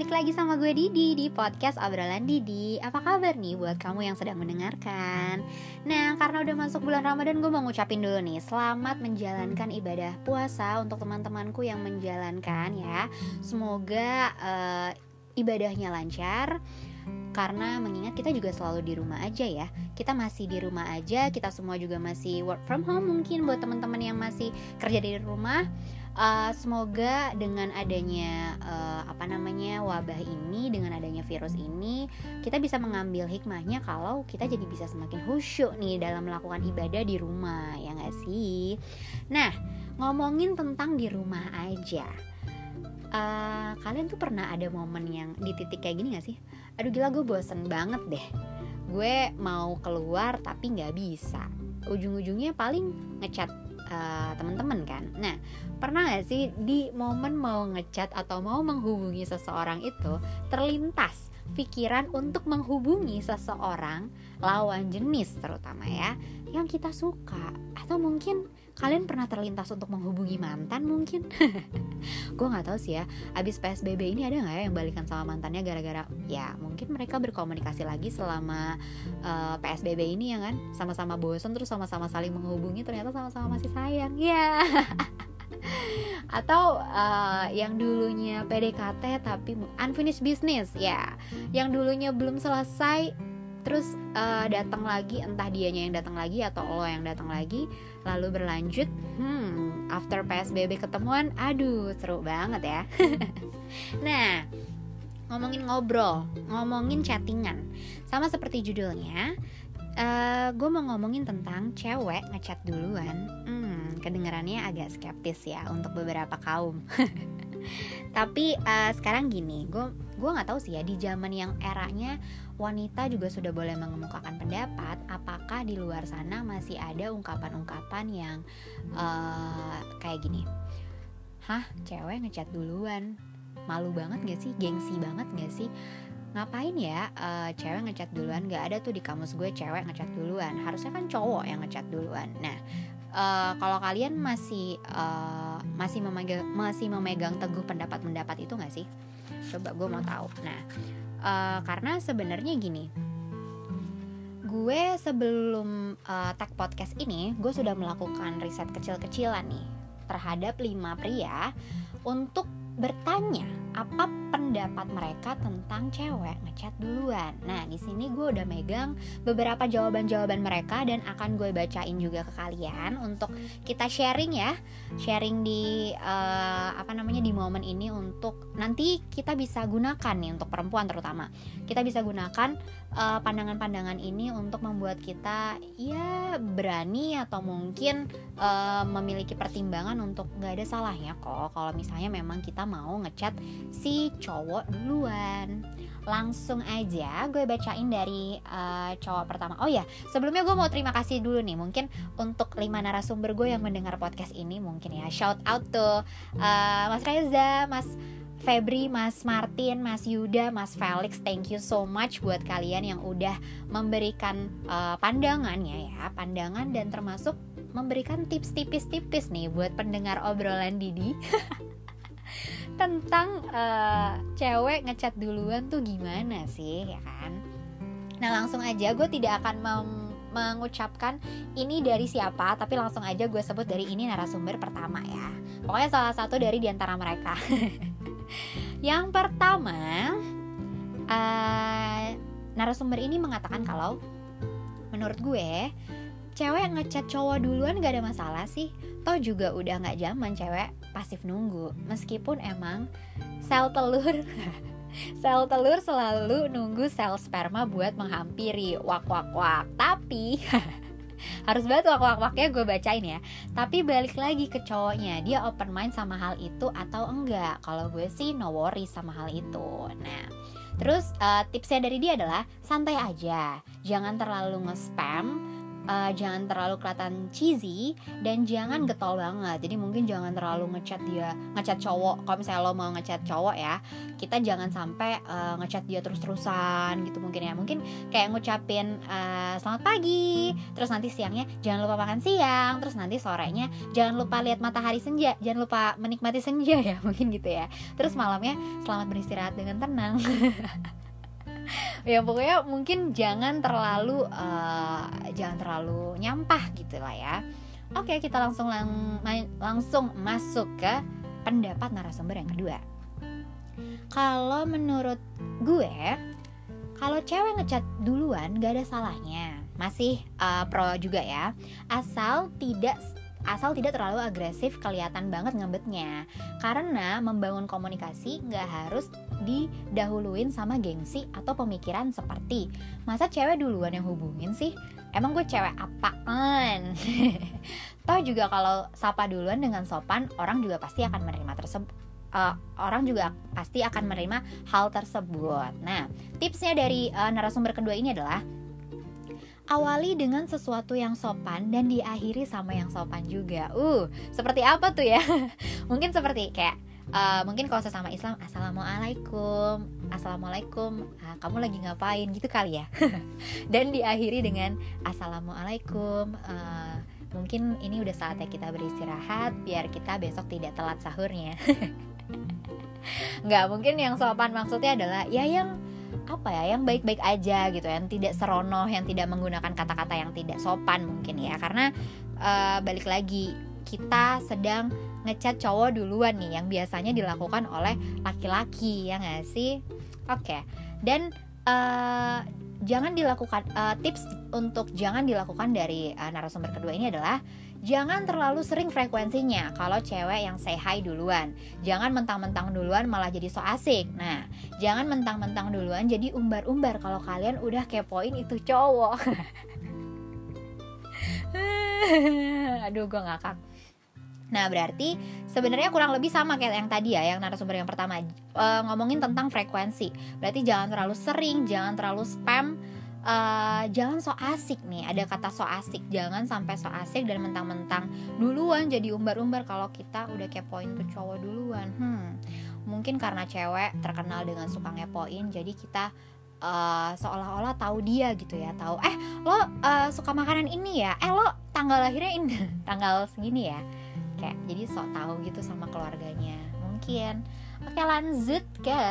balik lagi sama gue Didi di podcast Obrolan Didi. Apa kabar nih buat kamu yang sedang mendengarkan? Nah, karena udah masuk bulan Ramadan, gue mau ngucapin dulu nih selamat menjalankan ibadah puasa untuk teman-temanku yang menjalankan ya. Semoga ibadahnya lancar. Karena mengingat kita juga selalu di rumah aja ya. Kita masih di rumah aja, kita semua juga masih work from home. Mungkin buat teman-teman yang masih kerja di rumah, semoga dengan adanya wabah ini, dengan adanya virus ini, kita bisa mengambil hikmahnya kalau kita jadi bisa semakin khusyuk nih dalam melakukan ibadah di rumah, ya gak sih? Nah, ngomongin tentang di rumah aja, kalian tuh pernah ada momen yang di titik kayak gini gak sih? Aduh gila, gue bosen banget deh, gue mau keluar tapi gak bisa. Ujung-ujungnya paling ngechat teman-teman kan. Nah, pernah gak sih di momen mau ngechat atau mau menghubungi seseorang itu terlintas pikiran untuk menghubungi seseorang lawan jenis terutama ya, yang kita suka? Atau mungkin kalian pernah terlintas untuk menghubungi mantan mungkin? Gue gak tahu sih ya, abis PSBB ini ada gak ya yang balikan sama mantannya gara-gara ya mungkin mereka berkomunikasi lagi selama PSBB ini ya kan, sama-sama bosan terus sama-sama saling menghubungi, ternyata sama-sama masih sayang ya. Atau yang dulunya PDKT tapi unfinished business ya, yang dulunya belum selesai terus datang lagi, entah dianya yang datang lagi atau lo yang datang lagi, lalu berlanjut after PSBB ketemuan. Aduh seru banget ya. Nah, ngomongin ngobrol, ngomongin chattingan, sama seperti judulnya, gue mau ngomongin tentang cewek ngechat duluan. Kedengarannya agak skeptis ya untuk beberapa kaum. Tapi sekarang gini, gue nggak tahu sih ya, di zaman yang eranya wanita juga sudah boleh mengemukakan pendapat, apakah di luar sana masih ada ungkapan-ungkapan yang kayak gini, hah cewek ngechat duluan, malu banget gak sih, gengsi banget gak sih, ngapain ya cewek ngechat duluan? Gak ada tuh di kamus gue cewek ngechat duluan, harusnya kan cowok yang ngechat duluan. Nah, kalau kalian masih memegang teguh pendapat itu nggak sih? Coba gue mau tahu. Nah, karena sebenarnya gini, gue sebelum tag podcast ini, gue sudah melakukan riset kecil-kecilan nih terhadap 5 pria untuk bertanya apa pendapat mereka tentang cewek ngechat duluan. Nah, di sini gue udah megang beberapa jawaban-jawaban mereka dan akan gue bacain juga ke kalian untuk kita sharing ya, sharing di di momen ini, untuk nanti kita bisa gunakan nih untuk perempuan terutama. Kita bisa gunakan pandangan-pandangan ini untuk membuat kita ya berani atau mungkin memiliki pertimbangan untuk nggak ada salahnya kok kalau misalnya memang kita mau ngechat si cowok duluan. Langsung aja gue bacain dari cowok pertama. Oh ya, sebelumnya gue mau terima kasih dulu nih mungkin untuk 5 narasumber gue yang mendengar podcast ini. Mungkin ya shout out tuh Mas Reza, Mas Febri, Mas Martin, Mas Yuda, Mas Felix. Thank you so much buat kalian yang udah memberikan pandangannya ya, pandangan dan termasuk memberikan tips tipis-tipis nih buat pendengar obrolan Didi tentang cewek ngechat duluan tuh gimana sih ya kan. Nah, langsung aja, gue tidak akan mengucapkan ini dari siapa, tapi langsung aja gue sebut dari ini narasumber pertama ya. Pokoknya salah satu dari diantara mereka. Yang pertama, narasumber ini mengatakan kalau menurut gue cewek ngechat cowok duluan gak ada masalah sih. Toh juga udah gak zaman cewek pasif nunggu. Meskipun emang sel telur selalu nunggu sel sperma buat menghampiri. Wak. Tapi harus banget wak-waknya gue bacain ya. Tapi balik lagi ke cowoknya, dia open mind sama hal itu atau enggak. Kalau gue sih no worry sama hal itu. Nah, terus tipsnya dari dia adalah santai aja, jangan terlalu nge-spam jangan terlalu kelihatan cheesy dan jangan getol banget. Jadi mungkin jangan terlalu ngechat cowok. Kalau misalnya lo mau ngechat cowok ya, kita jangan sampai ngechat dia terus-terusan gitu mungkin ya. Mungkin kayak ngucapin selamat pagi, terus nanti siangnya jangan lupa makan siang, terus nanti sorenya jangan lupa lihat matahari senja, jangan lupa menikmati senja ya, mungkin gitu ya. Terus malamnya selamat beristirahat dengan tenang. Ya pokoknya mungkin jangan terlalu nyampah gitu lah ya. Oke, kita langsung masuk ke pendapat narasumber yang kedua. Kalau menurut gue, kalau cewek ngechat duluan gak ada salahnya, masih pro juga ya, asal tidak terlalu agresif, kelihatan banget ngebetnya. Karena membangun komunikasi gak harus didahuluin sama gengsi atau pemikiran seperti, masa cewek duluan yang hubungin sih? Emang gue cewek apaan? Toh juga kalau sapa duluan dengan sopan, orang juga pasti akan menerima hal tersebut. Nah, tipsnya dari narasumber kedua ini adalah awali dengan sesuatu yang sopan dan diakhiri sama yang sopan juga. Seperti apa tuh ya? Mungkin seperti kayak mungkin kalau sesama Islam, Assalamualaikum, kamu lagi ngapain gitu kali ya. Dan diakhiri dengan Assalamualaikum, mungkin ini udah saatnya kita beristirahat biar kita besok tidak telat sahurnya. Nggak, mungkin yang sopan maksudnya adalah ya yang baik-baik aja gitu, yang tidak seronoh, yang tidak menggunakan kata-kata yang tidak sopan mungkin ya. Karena balik lagi, kita sedang ngechat cowok duluan nih, yang biasanya dilakukan oleh laki-laki, ya nggak sih? Oke. Dan jangan dilakukan tips untuk jangan dilakukan dari narasumber kedua ini adalah jangan terlalu sering frekuensinya kalau cewek yang say hi duluan. Jangan mentang-mentang duluan malah jadi so asik. Nah, jangan mentang-mentang duluan jadi umbar-umbar kalau kalian udah kepoin itu cowok. Aduh, gue ngakak. Nah, berarti sebenarnya kurang lebih sama kayak yang tadi ya, yang narasumber yang pertama, ngomongin tentang frekuensi. Berarti jangan terlalu sering, jangan terlalu spam, jangan so asik nih. Ada kata so asik, jangan sampai so asik dan mentang-mentang duluan jadi umbar-umbar kalau kita udah kepoin tuh cowok duluan. Mungkin karena cewek terkenal dengan suka ngepoin, jadi kita seolah-olah tahu dia gitu ya, tahu lo suka makanan ini ya, lo tanggal lahirnya ini tanggal segini ya, kayak jadi sok tahu gitu sama keluarganya mungkin. Oke, lanjut ke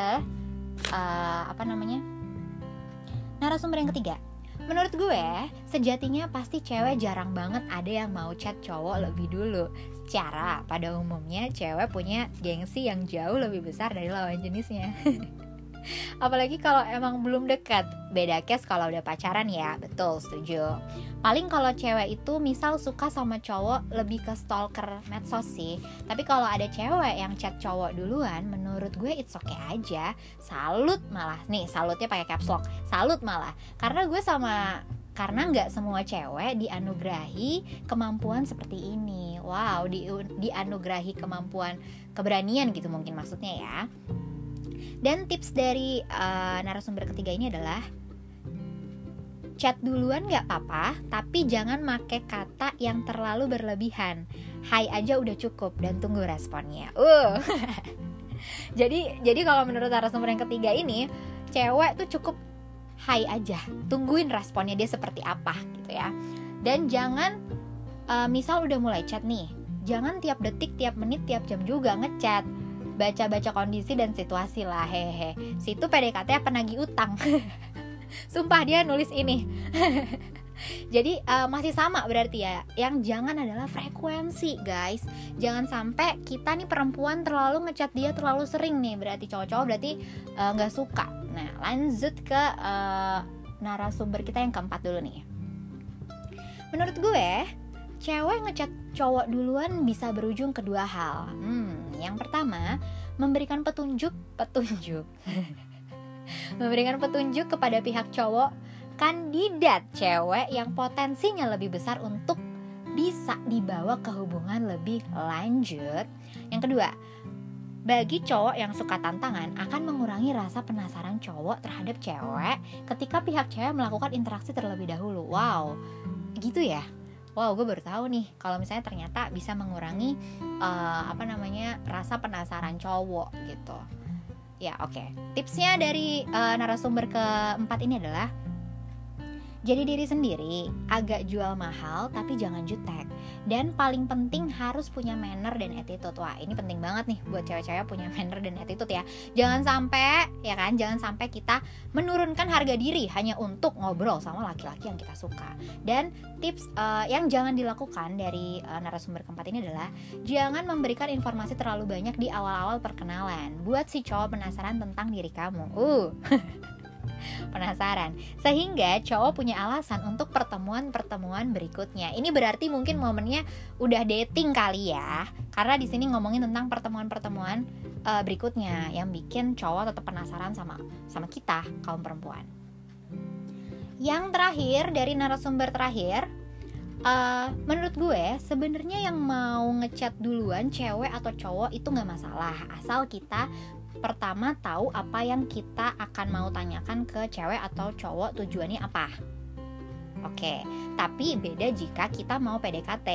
narasumber yang ketiga. Menurut gue, sejatinya pasti cewek jarang banget ada yang mau chat cowok lebih dulu. Secara pada umumnya cewek punya gengsi yang jauh lebih besar dari lawan jenisnya. Apalagi kalau emang belum dekat. Beda case kalau udah pacaran ya. Betul, setuju. Paling kalau cewek itu misal suka sama cowok lebih ke stalker medsos sih. Tapi kalau ada cewek yang chat cowok duluan, menurut gue it's okay aja. Salut malah. Nih, salutnya pakai caps lock. Salut malah. Karena nggak semua cewek dianugerahi kemampuan seperti ini. Wow, dianugerahi kemampuan keberanian gitu mungkin maksudnya ya. Dan tips dari narasumber ketiga ini adalah chat duluan gak apa-apa, tapi jangan make kata yang terlalu berlebihan. Hai aja udah cukup dan tunggu responnya. Jadi kalau menurut narasumber yang ketiga ini, cewek tuh cukup hai aja, tungguin responnya dia seperti apa gitu ya. Dan jangan misal udah mulai chat nih, jangan tiap detik, tiap menit, tiap jam juga ngechat. Baca-baca kondisi dan situasi lah, hehe. Situ PDKT penagih utang. Sumpah dia nulis ini. Jadi masih sama berarti ya. Yang jangan adalah frekuensi, guys. Jangan sampai kita nih perempuan terlalu ngechat dia terlalu sering nih. Berarti cowok-cowok berarti gak suka. Nah, lanjut ke narasumber kita yang keempat dulu nih. Menurut gue, cewek ngechat cowok duluan bisa berujung kedua hal. Yang pertama, memberikan petunjuk memberikan petunjuk kepada pihak cowok kandidat cewek yang potensinya lebih besar untuk bisa dibawa ke hubungan lebih lanjut. Yang kedua, bagi cowok yang suka tantangan akan mengurangi rasa penasaran cowok terhadap cewek ketika pihak cewek melakukan interaksi terlebih dahulu. Wow, gitu ya. Wow, gue baru tahu nih kalau misalnya ternyata bisa mengurangi rasa penasaran cowok gitu. Ya oke. Tipsnya dari narasumber keempat ini adalah jadi diri sendiri, agak jual mahal tapi jangan jutek. Dan paling penting harus punya manner dan attitude. Wah, ini penting banget nih buat cewek-cewek punya manner dan attitude ya. Jangan sampai kita menurunkan harga diri hanya untuk ngobrol sama laki-laki yang kita suka. Dan tips yang jangan dilakukan dari narasumber keempat ini adalah jangan memberikan informasi terlalu banyak di awal-awal perkenalan. Buat si cowok penasaran tentang diri kamu. Penasaran, sehingga cowok punya alasan untuk pertemuan berikutnya. Ini berarti mungkin momennya udah dating kali ya, karena di sini ngomongin tentang pertemuan berikutnya yang bikin cowok tetap penasaran sama kita kaum perempuan. Yang terakhir dari narasumber terakhir, menurut gue sebenarnya yang mau ngechat duluan cewek atau cowok itu nggak masalah, asal kita pertama tahu apa yang kita akan mau tanyakan ke cewek atau cowok, tujuannya apa. Oke, tapi beda jika kita mau PDKT.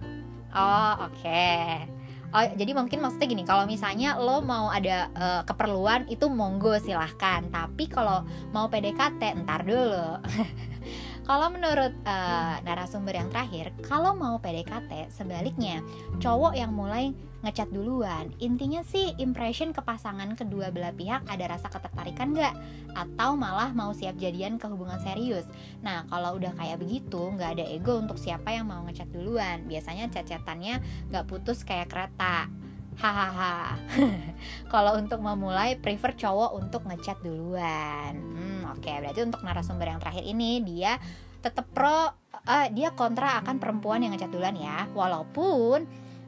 Jadi mungkin maksudnya gini, kalau misalnya lo mau ada keperluan itu monggo silahkan, tapi kalau mau PDKT ntar dulu. Kalau menurut narasumber yang terakhir, kalau mau PDKT sebaliknya, cowok yang mulai ngechat duluan. Intinya sih impression ke pasangan kedua belah pihak, ada rasa ketertarikan gak? Atau malah mau siap jadian ke hubungan serius. Nah kalau udah kayak begitu, gak ada ego untuk siapa yang mau ngechat duluan. Biasanya chat-chatannya gak putus kayak kereta. Hahaha. Kalau untuk memulai, prefer cowok untuk ngechat duluan. Oke, berarti untuk narasumber yang terakhir ini dia tetap dia kontra akan perempuan yang ngechat duluan ya. Walaupun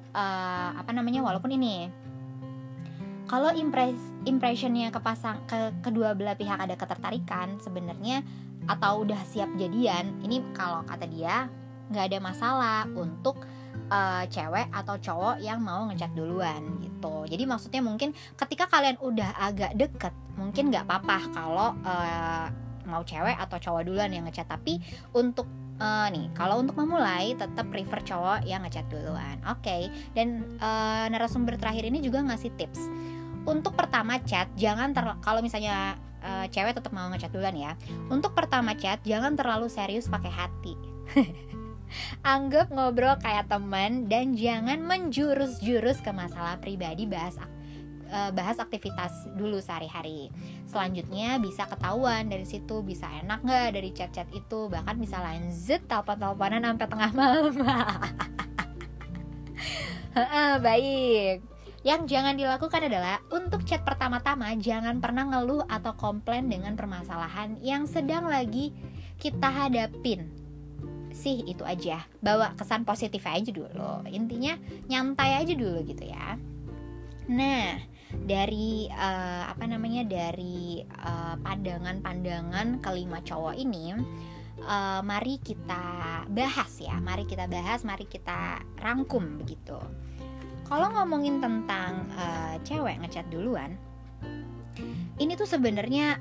ini kalau impressionnya ke kedua belah pihak ada ketertarikan sebenarnya atau udah siap jadian, ini kalau kata dia nggak ada masalah untuk cewek atau cowok yang mau ngechat duluan gitu. Jadi maksudnya mungkin ketika kalian udah agak deket, mungkin nggak apa-apa kalau mau cewek atau cowok duluan yang ngechat. Tapi untuk kalau untuk memulai tetap prefer cowok yang ngechat duluan. Oke. Dan narasumber terakhir ini juga ngasih tips. Untuk pertama chat jangan kalau misalnya cewek tetap mau ngechat duluan ya. Untuk pertama chat jangan terlalu serius pakai hati. Anggap ngobrol kayak teman dan jangan menjurus-jurus ke masalah pribadi, bahas aktivitas dulu sehari-hari. Selanjutnya bisa ketahuan dari situ, bisa enak gak dari chat-chat itu, bahkan bisa lanjut telepon-teleponan sampai tengah malam. Baik. Yang jangan dilakukan adalah untuk chat pertama-tama jangan pernah ngeluh atau komplain dengan permasalahan yang sedang lagi kita hadapin. Sih itu aja, bawa kesan positif aja dulu, intinya nyantai aja dulu gitu ya. Nah dari pandangan kelima cowok ini, mari kita bahas, mari kita rangkum begitu. Kalau ngomongin tentang cewek ngechat duluan, ini tuh sebenarnya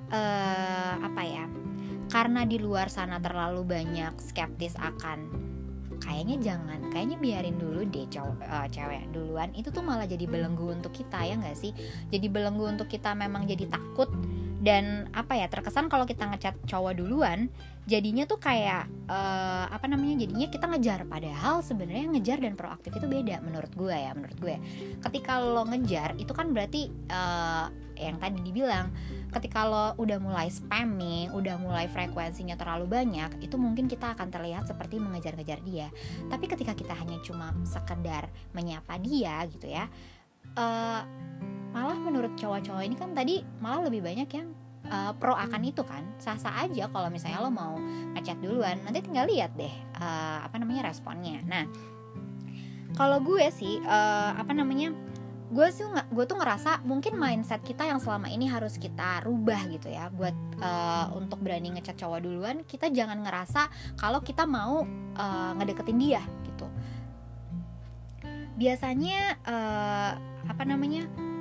karena di luar sana terlalu banyak skeptis akan kayaknya biarin dulu deh cewek duluan, itu tuh malah jadi belenggu untuk kita, ya nggak sih? Jadi belenggu untuk kita, memang jadi takut dan terkesan kalau kita ngechat cowok duluan jadinya tuh kayak jadinya kita ngejar, padahal sebenarnya ngejar dan proaktif itu beda menurut gue. Ketika lo ngejar itu kan berarti yang tadi dibilang, ketika lo udah mulai spamming, udah mulai frekuensinya terlalu banyak, itu mungkin kita akan terlihat seperti mengejar-ngejar dia. Tapi ketika kita hanya cuma sekedar menyapa dia gitu ya, malah menurut cowok-cowok ini kan tadi malah lebih banyak yang pro akan itu kan. Sah-sah aja kalau misalnya lo mau ngechat duluan, nanti tinggal lihat deh responnya. Nah kalau gue sih gue tuh ngerasa mungkin mindset kita yang selama ini harus kita rubah gitu ya, buat untuk berani ngechat cowok duluan. Kita jangan ngerasa kalau kita mau ngedeketin dia gitu. Biasanya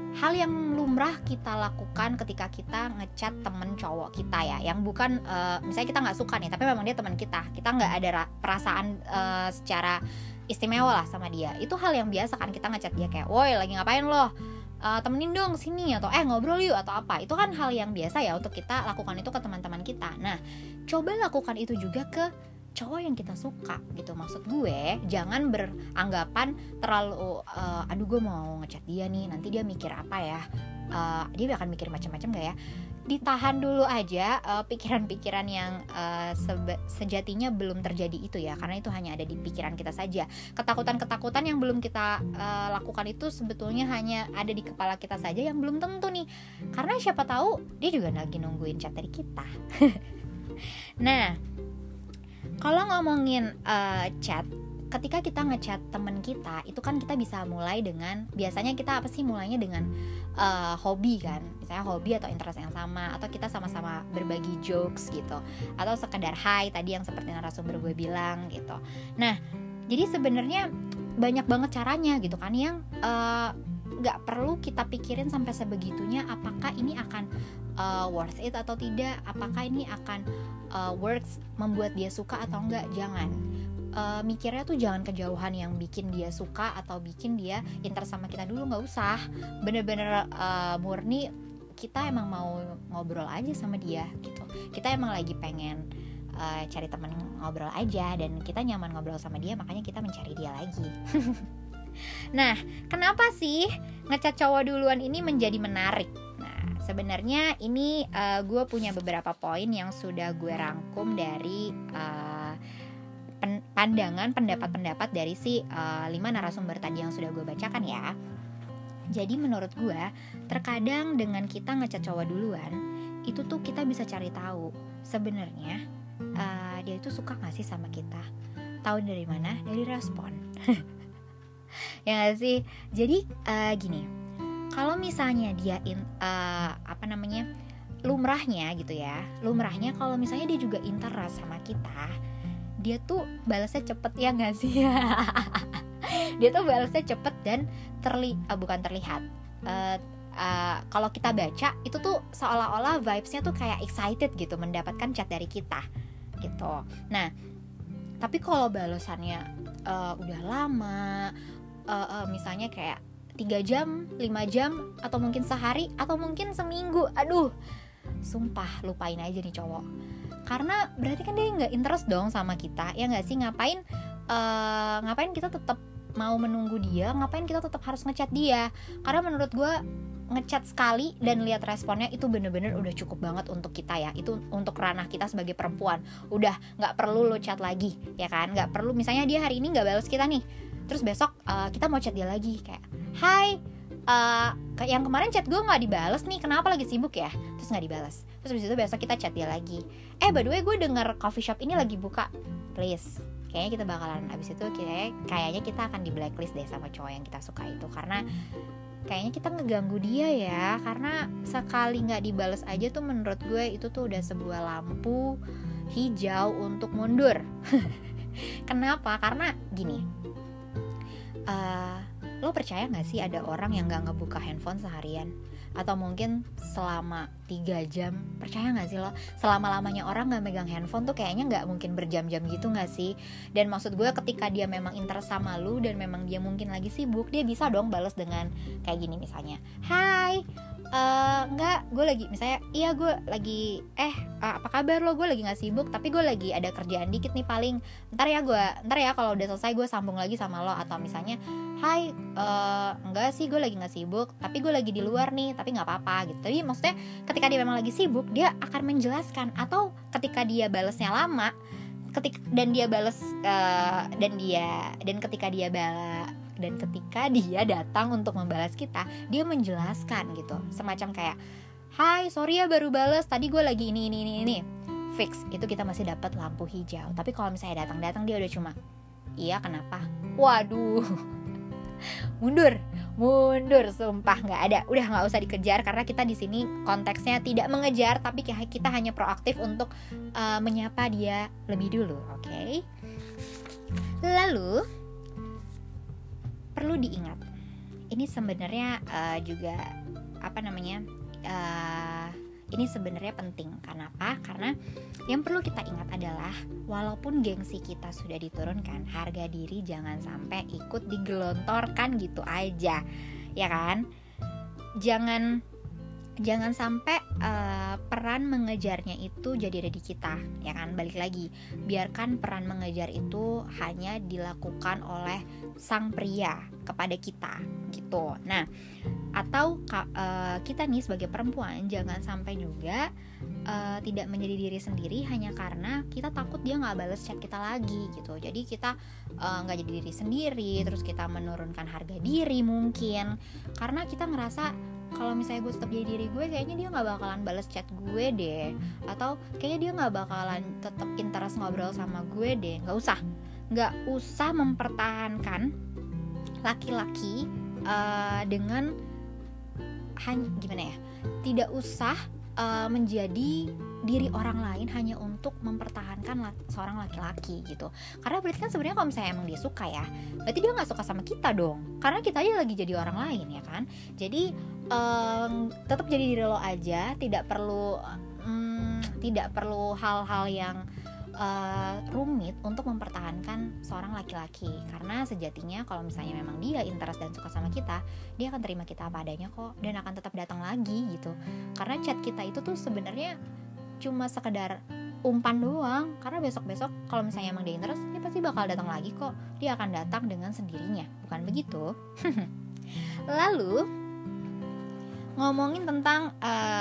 hal yang lumrah kita lakukan ketika kita ngechat temen cowok kita ya, yang bukan misalnya kita nggak suka nih, tapi memang dia teman kita nggak ada perasaan secara istimewa lah sama dia. Itu hal yang biasa kan, kita ngechat dia kayak, woi lagi ngapain lo, temenin dong sini, atau ngobrol yuk, atau apa. Itu kan hal yang biasa ya untuk kita lakukan itu ke teman-teman kita. Nah, coba lakukan itu juga ke cowok yang kita suka gitu. Maksud gue, jangan beranggapan terlalu aduh gue mau ngechat dia nih, nanti dia mikir apa ya, dia akan mikir macam-macam gak ya. Ditahan dulu aja pikiran-pikiran yang sejatinya belum terjadi itu ya, karena itu hanya ada di pikiran kita saja. Ketakutan-ketakutan yang belum kita lakukan itu sebetulnya hanya ada di kepala kita saja, yang belum tentu nih, karena siapa tahu dia juga lagi nungguin chat dari kita. Nah, kalau ngomongin chat, ketika kita ngechat temen kita, itu kan kita bisa mulai dengan, biasanya kita apa sih mulainya dengan hobi kan, misalnya hobi atau interest yang sama, atau kita sama-sama berbagi jokes gitu, atau sekedar hai tadi yang seperti narasumber gue bilang gitu. Nah, jadi sebenarnya banyak banget caranya gitu kan, yang gak perlu kita pikirin sampai sebegitunya apakah ini akan worth it atau tidak, apakah ini akan works membuat dia suka atau enggak. Jangan mikirnya tuh jangan kejauhan yang bikin dia suka atau bikin dia interest sama kita dulu, nggak usah. Bener-bener murni kita emang mau ngobrol aja sama dia gitu, kita emang lagi pengen cari teman ngobrol aja, dan kita nyaman ngobrol sama dia, makanya kita mencari dia lagi. Nah, kenapa sih ngechat cowok duluan ini menjadi menarik? Nah, sebenarnya ini gue punya beberapa poin yang sudah gue rangkum dari pendapat-pendapat dari si 5 narasumber tadi yang sudah gue bacakan ya. Jadi menurut gue, terkadang dengan kita ngechat cowok duluan, itu tuh kita bisa cari tahu sebenarnya dia itu suka gak sih sama kita. Tahu dari mana? Dari respon. Ya gak sih? Jadi gini, kalau misalnya dia lumrahnya gitu ya, lumrahnya kalau misalnya dia juga interest sama kita, dia tuh balasnya cepet, ya gak sih? Dia tuh balasnya cepet dan bukan terlihat. Kalau kita baca itu tuh seolah-olah vibes-nya tuh kayak excited gitu mendapatkan chat dari kita gitu. Nah, tapi kalau balasannya udah lama, misalnya kayak 3 jam, 5 jam, atau mungkin sehari, atau mungkin seminggu, aduh, sumpah lupain aja nih cowok. Karena berarti kan dia nggak interest dong sama kita, ya nggak sih? Ngapain kita tetap mau menunggu dia, ngapain kita tetap harus ngechat dia? Karena menurut gue ngechat sekali dan lihat responnya itu bener-bener udah cukup banget untuk kita ya. Itu untuk ranah kita sebagai perempuan, udah nggak perlu lo chat lagi, ya kan? Nggak perlu, misalnya dia hari ini nggak balas kita nih, terus besok kita mau chat dia lagi kayak, hai, yang kemarin chat gue nggak dibales nih, kenapa, lagi sibuk ya? Terus nggak dibales, terus habis itu besok kita chat dia lagi, by the way gue denger coffee shop ini lagi buka, please. Kayaknya kita bakalan abis itu kayaknya kita akan di blacklist deh sama cowok yang kita suka itu, karena kayaknya kita ngeganggu dia ya. Karena sekali nggak dibales aja tuh menurut gue itu tuh udah sebuah lampu hijau untuk mundur. Kenapa? Karena gini, lo percaya gak sih ada orang yang gak ngebuka handphone seharian? Atau mungkin selama 3 jam? Percaya gak sih lo? Selama-lamanya orang gak megang handphone tuh kayaknya gak mungkin berjam-jam gitu gak sih? Dan maksud gue ketika dia memang interest sama lu dan memang dia mungkin lagi sibuk, dia bisa dong balas dengan kayak gini misalnya, hai, enggak, gue lagi, misalnya, iya gue lagi, apa kabar lo, gue lagi gak sibuk, tapi gue lagi ada kerjaan dikit nih, paling ntar ya kalau udah selesai gue sambung lagi sama lo. Atau misalnya, hai, enggak sih gue lagi gak sibuk, tapi gue lagi di luar nih, tapi gak apa-apa gitu. Tapi maksudnya ketika dia memang lagi sibuk, dia akan menjelaskan. Atau ketika dia balasnya lama, ketika dia datang untuk membalas kita, dia menjelaskan gitu, semacam kayak, hai, sorry ya baru balas, tadi gue lagi ini. Fix, itu kita masih dapat lampu hijau. Tapi kalau misalnya datang dia udah cuma, iya kenapa? Waduh, mundur, sumpah nggak ada, udah nggak usah dikejar, karena kita di sini konteksnya tidak mengejar, tapi kita hanya proaktif untuk menyapa dia lebih dulu, oke? Lalu perlu diingat, ini sebenarnya juga apa namanya, ini sebenarnya penting. Kenapa? Karena yang perlu kita ingat adalah walaupun gengsi kita sudah diturunkan, harga diri jangan sampai ikut digelontorkan gitu aja, ya kan? Jangan sampai peran mengejarnya itu jadi ada di kita, ya kan? Balik lagi, biarkan peran mengejar itu hanya dilakukan oleh sang pria kepada kita gitu. Nah, atau kita nih sebagai perempuan jangan sampai juga tidak menjadi diri sendiri hanya karena kita takut dia nggak balas chat kita lagi gitu. Jadi kita nggak jadi diri sendiri, terus kita menurunkan harga diri mungkin karena kita ngerasa kalau misalnya gue tetap jadi diri gue, kayaknya dia nggak bakalan balas chat gue deh, atau kayaknya dia nggak bakalan tetap interest ngobrol sama gue deh. Nggak usah mempertahankan laki-laki dengan gimana ya, tidak usah menjadi diri orang lain hanya untuk mempertahankan seorang laki-laki gitu. Karena berarti kan sebenarnya kalau misalnya emang dia suka ya, berarti dia nggak suka sama kita dong, karena kita aja lagi jadi orang lain, ya kan? Jadi tetap jadi diri lo aja, tidak perlu hal-hal yang rumit untuk mempertahankan seorang laki-laki. Karena sejatinya kalau misalnya memang dia interest dan suka sama kita, dia akan terima kita apa adanya kok, dan akan tetap datang lagi gitu. Karena chat kita itu tuh sebenarnya cuma sekedar umpan doang. Karena besok-besok kalau misalnya emang dia interest, dia pasti bakal datang lagi kok. Dia akan datang dengan sendirinya, bukan begitu? Lalu ngomongin tentang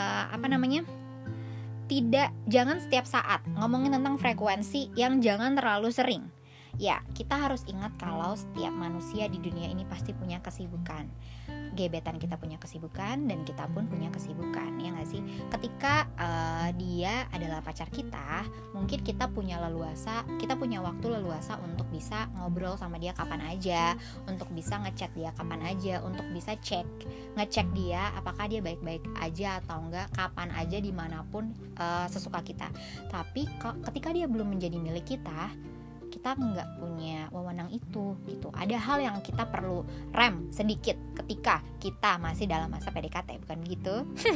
jangan setiap saat, ngomongin tentang frekuensi yang jangan terlalu sering. Ya, kita harus ingat kalau setiap manusia di dunia ini pasti punya kesibukan. Gebetan kita punya kesibukan dan kita pun punya kesibukan, ya nggak sih? Ketika dia adalah pacar kita, mungkin kita punya waktu leluasa untuk bisa ngobrol sama dia kapan aja, untuk bisa ngechat dia kapan aja, untuk bisa ngecek dia apakah dia baik-baik aja atau enggak, kapan aja, dimanapun sesuka kita. Tapi ketika dia belum menjadi milik kita nggak punya wewenang itu gitu. Ada hal yang kita perlu rem sedikit ketika kita masih dalam masa PDKT, bukan begitu?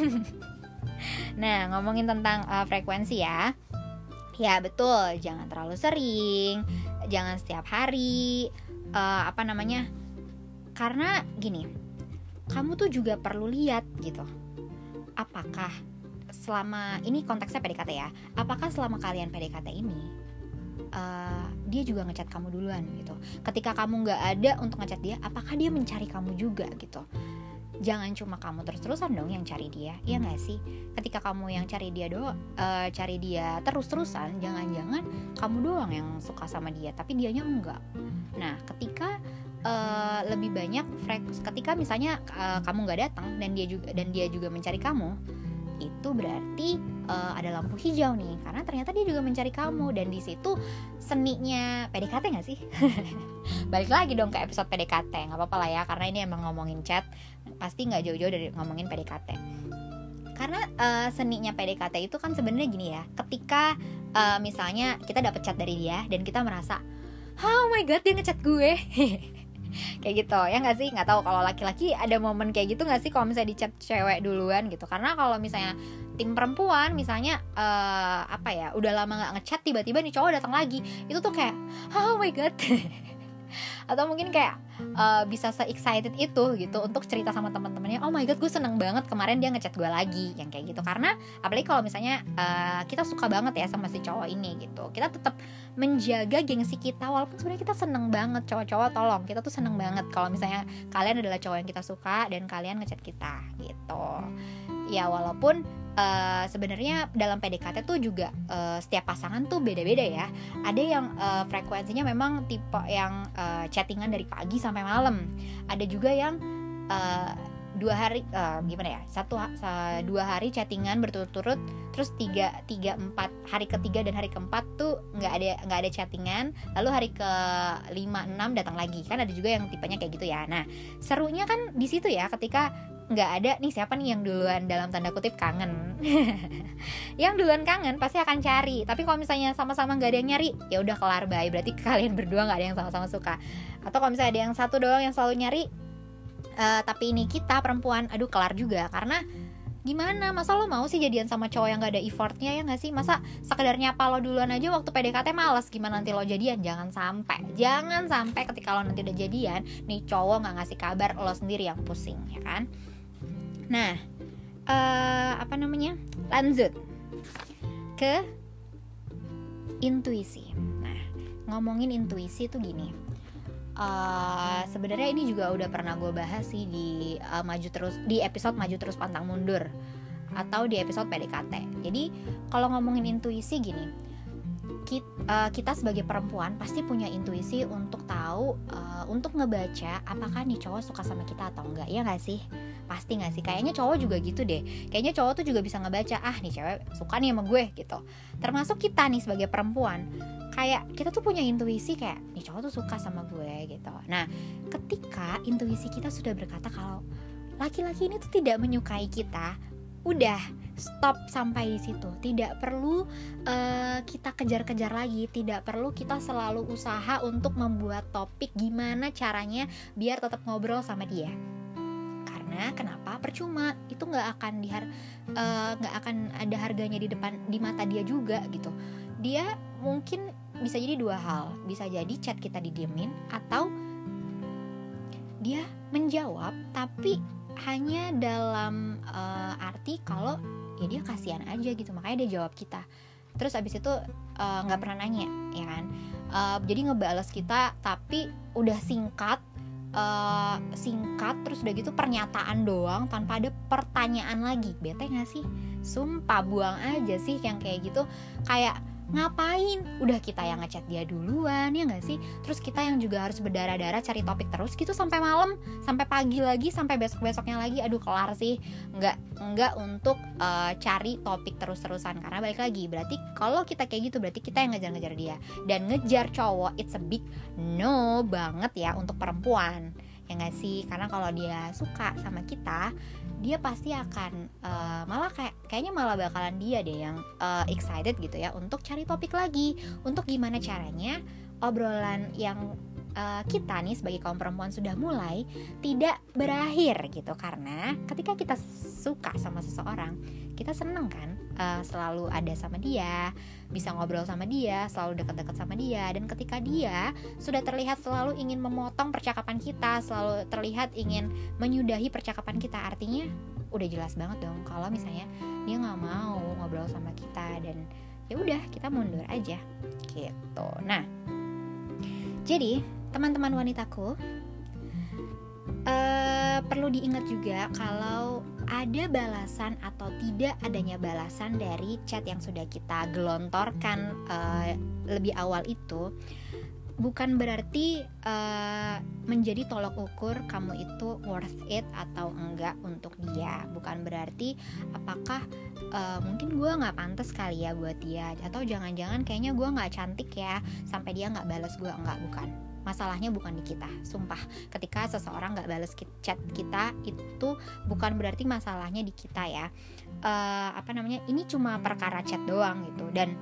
Nah, ngomongin tentang frekuensi ya betul, jangan terlalu sering, jangan setiap hari, karena gini, kamu tuh juga perlu lihat gitu, apakah selama ini konteksnya PDKT ya, apakah selama kalian PDKT ini dia juga ngechat kamu duluan gitu. Ketika kamu nggak ada untuk ngechat dia, apakah dia mencari kamu juga gitu? Jangan cuma kamu terus-terusan dong yang cari dia, ya nggak sih? Ketika kamu yang cari dia terus-terusan, jangan-jangan kamu doang yang suka sama dia, tapi dianya enggak. Nah, ketika lebih banyak ketika misalnya kamu nggak datang dan dia juga mencari kamu, itu berarti ada lampu hijau nih, karena ternyata dia juga mencari kamu. Dan di situ seninya PDKT nggak sih? Balik lagi dong ke episode PDKT, nggak apa-apa lah ya, karena ini emang ngomongin chat, pasti nggak jauh-jauh dari ngomongin PDKT. Karena seninya PDKT itu kan sebenarnya gini ya, ketika misalnya kita dapet chat dari dia dan kita merasa, oh my god, dia ngechat gue. Kayak gitu ya nggak sih? Nggak tahu kalau laki-laki ada momen kayak gitu nggak sih kalau misalnya di chat cewek duluan gitu. Karena kalau misalnya tim perempuan misalnya udah lama nggak ngechat, tiba-tiba nih cowok datang lagi, itu tuh kayak oh my god. Atau mungkin kayak bisa se-excited itu gitu untuk cerita sama teman-temannya, oh my god, gue seneng banget kemarin dia ngechat gue lagi, yang kayak gitu. Karena apalagi kalau misalnya kita suka banget ya sama si cowok ini gitu, kita tetap menjaga gengsi kita walaupun sebenarnya kita seneng banget. Cowok-cowok tolong, kita tuh seneng banget kalau misalnya kalian adalah cowok yang kita suka dan kalian ngechat kita gitu ya. Walaupun sebenarnya dalam PDKT tuh juga setiap pasangan tuh beda-beda ya. Ada yang frekuensinya memang tipe yang chattingan dari pagi sampai malam. Ada juga yang 2 hari 2 hari chattingan berturut-turut, terus 3-4 hari ketiga dan hari keempat tuh nggak ada chattingan, lalu hari ke 5-6 datang lagi. Kan ada juga yang tipenya kayak gitu ya. Nah, serunya kan di situ ya, ketika nggak ada nih, siapa nih yang duluan dalam tanda kutip kangen. Yang duluan kangen pasti akan cari. Tapi kalau misalnya sama-sama nggak ada yang nyari, ya udah kelar, bye. Berarti kalian berdua nggak ada yang sama-sama suka. Atau kalau misalnya ada yang satu doang yang selalu nyari, Tapi ini kita perempuan, aduh kelar juga. Karena gimana, masa lo mau sih jadian sama cowok yang gak ada effortnya, ya gak sih? Masa sekedar nyapa lo duluan aja waktu PDKT males, gimana nanti lo jadian? Jangan sampai ketika lo nanti udah jadian nih cowok gak ngasih kabar, lo sendiri yang pusing, ya kan? Nah, lanjut ke intuisi. Nah, ngomongin intuisi tuh gini, sebenarnya ini juga udah pernah gue bahas sih di episode maju terus pantang mundur atau di episode PDKT. Jadi kalau ngomongin intuisi gini, kita sebagai perempuan pasti punya intuisi untuk tahu, untuk ngebaca apakah nih cowok suka sama kita atau enggak, ya nggak sih? Pasti nggak sih? Kayaknya cowok juga gitu deh. Kayaknya cowok tuh juga bisa ngebaca, nih cewek suka nih sama gue gitu. Termasuk kita nih sebagai perempuan, kayak kita tuh punya intuisi kayak nih cowok tuh suka sama gue gitu. Nah, ketika intuisi kita sudah berkata kalau laki-laki ini tuh tidak menyukai kita, udah stop sampai di situ. Tidak perlu kita kejar-kejar lagi, tidak perlu kita selalu usaha untuk membuat topik gimana caranya biar tetap ngobrol sama dia. Karena kenapa? Percuma, itu nggak akan ada harganya di mata dia juga gitu. Dia mungkin bisa jadi dua hal, bisa jadi chat kita didiemin atau dia menjawab tapi hanya dalam arti kalau ya dia kasihan aja gitu, makanya dia jawab kita. Terus abis itu nggak pernah nanya, ya kan? Jadi ngebales kita tapi udah singkat, terus udah gitu pernyataan doang tanpa ada pertanyaan lagi. Bete nggak sih? Sumpah buang aja sih yang kayak gitu. Kayak ngapain? Udah kita yang ngechat dia duluan, ya nggak sih? Terus kita yang juga harus berdarah-darah cari topik terus gitu sampai malam, sampai pagi lagi, sampai besok-besoknya lagi. Aduh kelar sih. Nggak untuk cari topik terus-terusan. Karena balik lagi, berarti kalau kita kayak gitu berarti kita yang ngejar-ngejar dia. Dan ngejar cowok it's a big no banget ya untuk perempuan, ya nggak sih? Karena kalau dia suka sama kita, dia pasti akan kayaknya malah bakalan dia deh yang excited gitu ya untuk cari topik lagi, untuk gimana caranya obrolan yang kita nih sebagai kaum perempuan sudah mulai tidak berakhir gitu. Karena ketika kita suka sama seseorang, kita seneng kan selalu ada sama dia, bisa ngobrol sama dia, selalu dekat-dekat sama dia. Dan ketika dia sudah terlihat selalu ingin memotong percakapan kita, selalu terlihat ingin menyudahi percakapan kita, artinya udah jelas banget dong kalau misalnya dia nggak mau ngobrol sama kita, dan ya udah kita mundur aja gitu. Nah, jadi teman-teman wanitaku, perlu diingat juga kalau ada balasan atau tidak adanya balasan dari chat yang sudah kita gelontorkan lebih awal itu bukan berarti menjadi tolok ukur kamu itu worth it atau enggak untuk dia. Bukan berarti apakah mungkin gue gak pantas kali ya buat dia, atau jangan-jangan kayaknya gue gak cantik ya sampai dia gak balas gue. Enggak, bukan. Masalahnya bukan di kita, sumpah. Ketika seseorang gak balas chat kita, itu bukan berarti masalahnya di kita ya. Ini cuma perkara chat doang gitu. Dan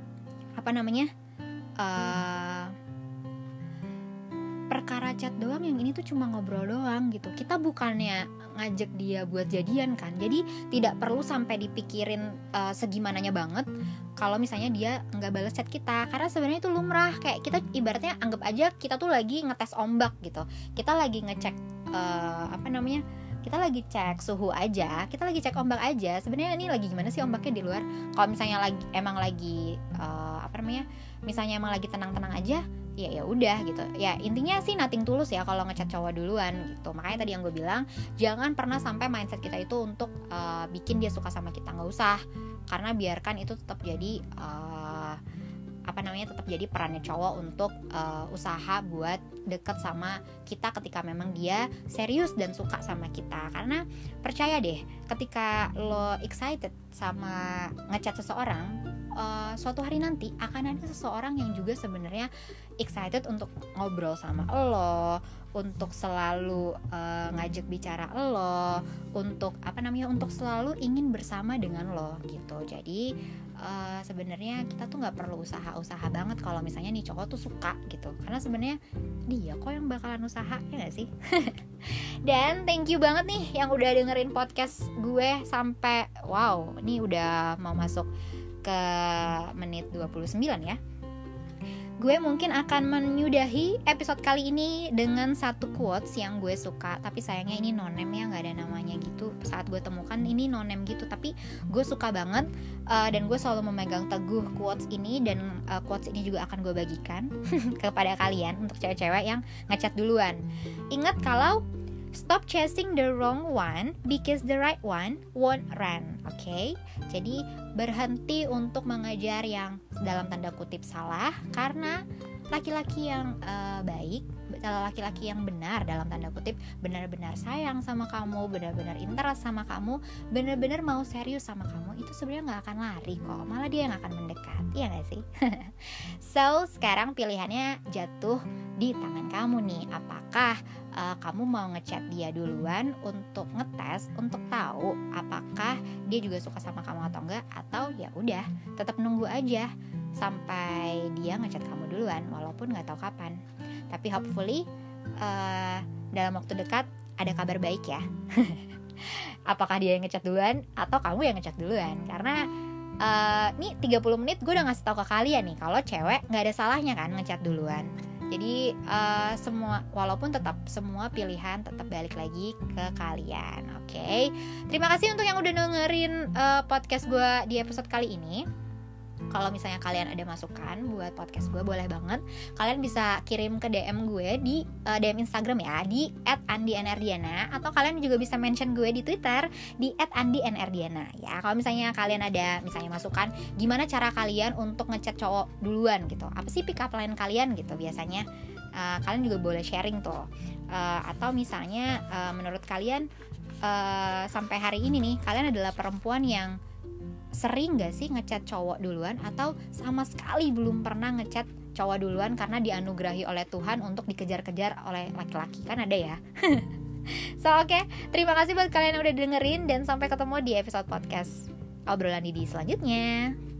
perkara chat doang, yang ini tuh cuma ngobrol doang gitu. Kita bukannya ngajak dia buat jadian kan. Jadi tidak perlu sampai dipikirin segimananya banget kalau misalnya dia nggak balas chat kita, karena sebenarnya itu lumrah. Kayak kita ibaratnya anggap aja kita tuh lagi ngetes ombak gitu. Kita lagi ngecek kita lagi cek suhu aja, kita lagi cek ombak aja. Sebenarnya ini lagi gimana sih ombaknya di luar. Kalau misalnya emang lagi tenang-tenang aja, ya udah gitu. Ya intinya sih nothing tulus ya kalau ngechat cowok duluan gitu. Makanya tadi yang gue bilang, jangan pernah sampai mindset kita itu untuk bikin dia suka sama kita, nggak usah. Karena biarkan itu tetap jadi tetap jadi perannya cowok untuk usaha buat deket sama kita ketika memang dia serius dan suka sama kita. Karena percaya deh, ketika lo excited sama ngechat seseorang, suatu hari nanti akan ada seseorang yang juga sebenarnya excited untuk ngobrol sama lo, untuk selalu ngajak bicara lo, untuk untuk selalu ingin bersama dengan lo gitu. Jadi sebenarnya kita tuh nggak perlu usaha banget kalau misalnya nih cowok tuh suka gitu, karena sebenarnya dia kok yang bakalan usaha, ya nggak sih? Dan thank you banget nih yang udah dengerin podcast gue sampai ini udah mau masuk ke menit 29 ya. Gue mungkin akan menyudahi episode kali ini dengan satu quotes yang gue suka, tapi sayangnya ini no-name ya, gak ada namanya gitu. Saat gue temukan ini no-name gitu, tapi gue suka banget, dan gue selalu memegang teguh quotes ini. Dan quotes ini juga akan gue bagikan kepada kalian untuk cewek-cewek yang ngechat duluan. Ingat kalau stop chasing the wrong one because the right one won't run. Oke? Jadi berhenti untuk mengejar yang dalam tanda kutip salah, karena laki-laki yang baik, laki-laki yang benar dalam tanda kutip, benar-benar sayang sama kamu, benar-benar interest sama kamu, benar-benar mau serius sama kamu, itu sebenarnya nggak akan lari kok, malah dia yang akan mendekat, iya nggak sih? So sekarang pilihannya jatuh di tangan kamu nih. Apakah kamu mau ngechat dia duluan untuk ngetes, untuk tahu apakah dia juga suka sama kamu atau enggak, atau ya udah tetap nunggu aja sampai dia ngechat kamu duluan walaupun nggak tahu kapan. Tapi hopefully dalam waktu dekat ada kabar baik ya. Apakah dia yang ngechat duluan atau kamu yang ngechat duluan? Karena nih 30 menit gue udah ngasih tahu ke kalian nih kalau cewek nggak ada salahnya kan ngechat duluan. Jadi semua, walaupun tetap semua pilihan tetap balik lagi ke kalian. Oke. Terima kasih untuk yang udah dengerin podcast gue di episode kali ini. Kalau misalnya kalian ada masukan buat podcast gue, boleh banget. Kalian bisa kirim ke DM gue di DM Instagram ya, di @andinrdiana, atau kalian juga bisa mention gue di Twitter di @andinrdiana ya. Kalau misalnya kalian ada misalnya masukan gimana cara kalian untuk ngechat cowok duluan gitu, apa sih pick up line kalian gitu biasanya, kalian juga boleh sharing tuh. Atau misalnya menurut kalian sampai hari ini nih, kalian adalah perempuan yang sering gak sih ngechat cowok duluan, atau sama sekali belum pernah ngechat cowok duluan karena dianugerahi oleh Tuhan untuk dikejar-kejar oleh laki-laki, kan ada ya. So oke, terima kasih buat kalian yang udah dengerin, dan sampai ketemu di episode podcast obrolan Didi selanjutnya.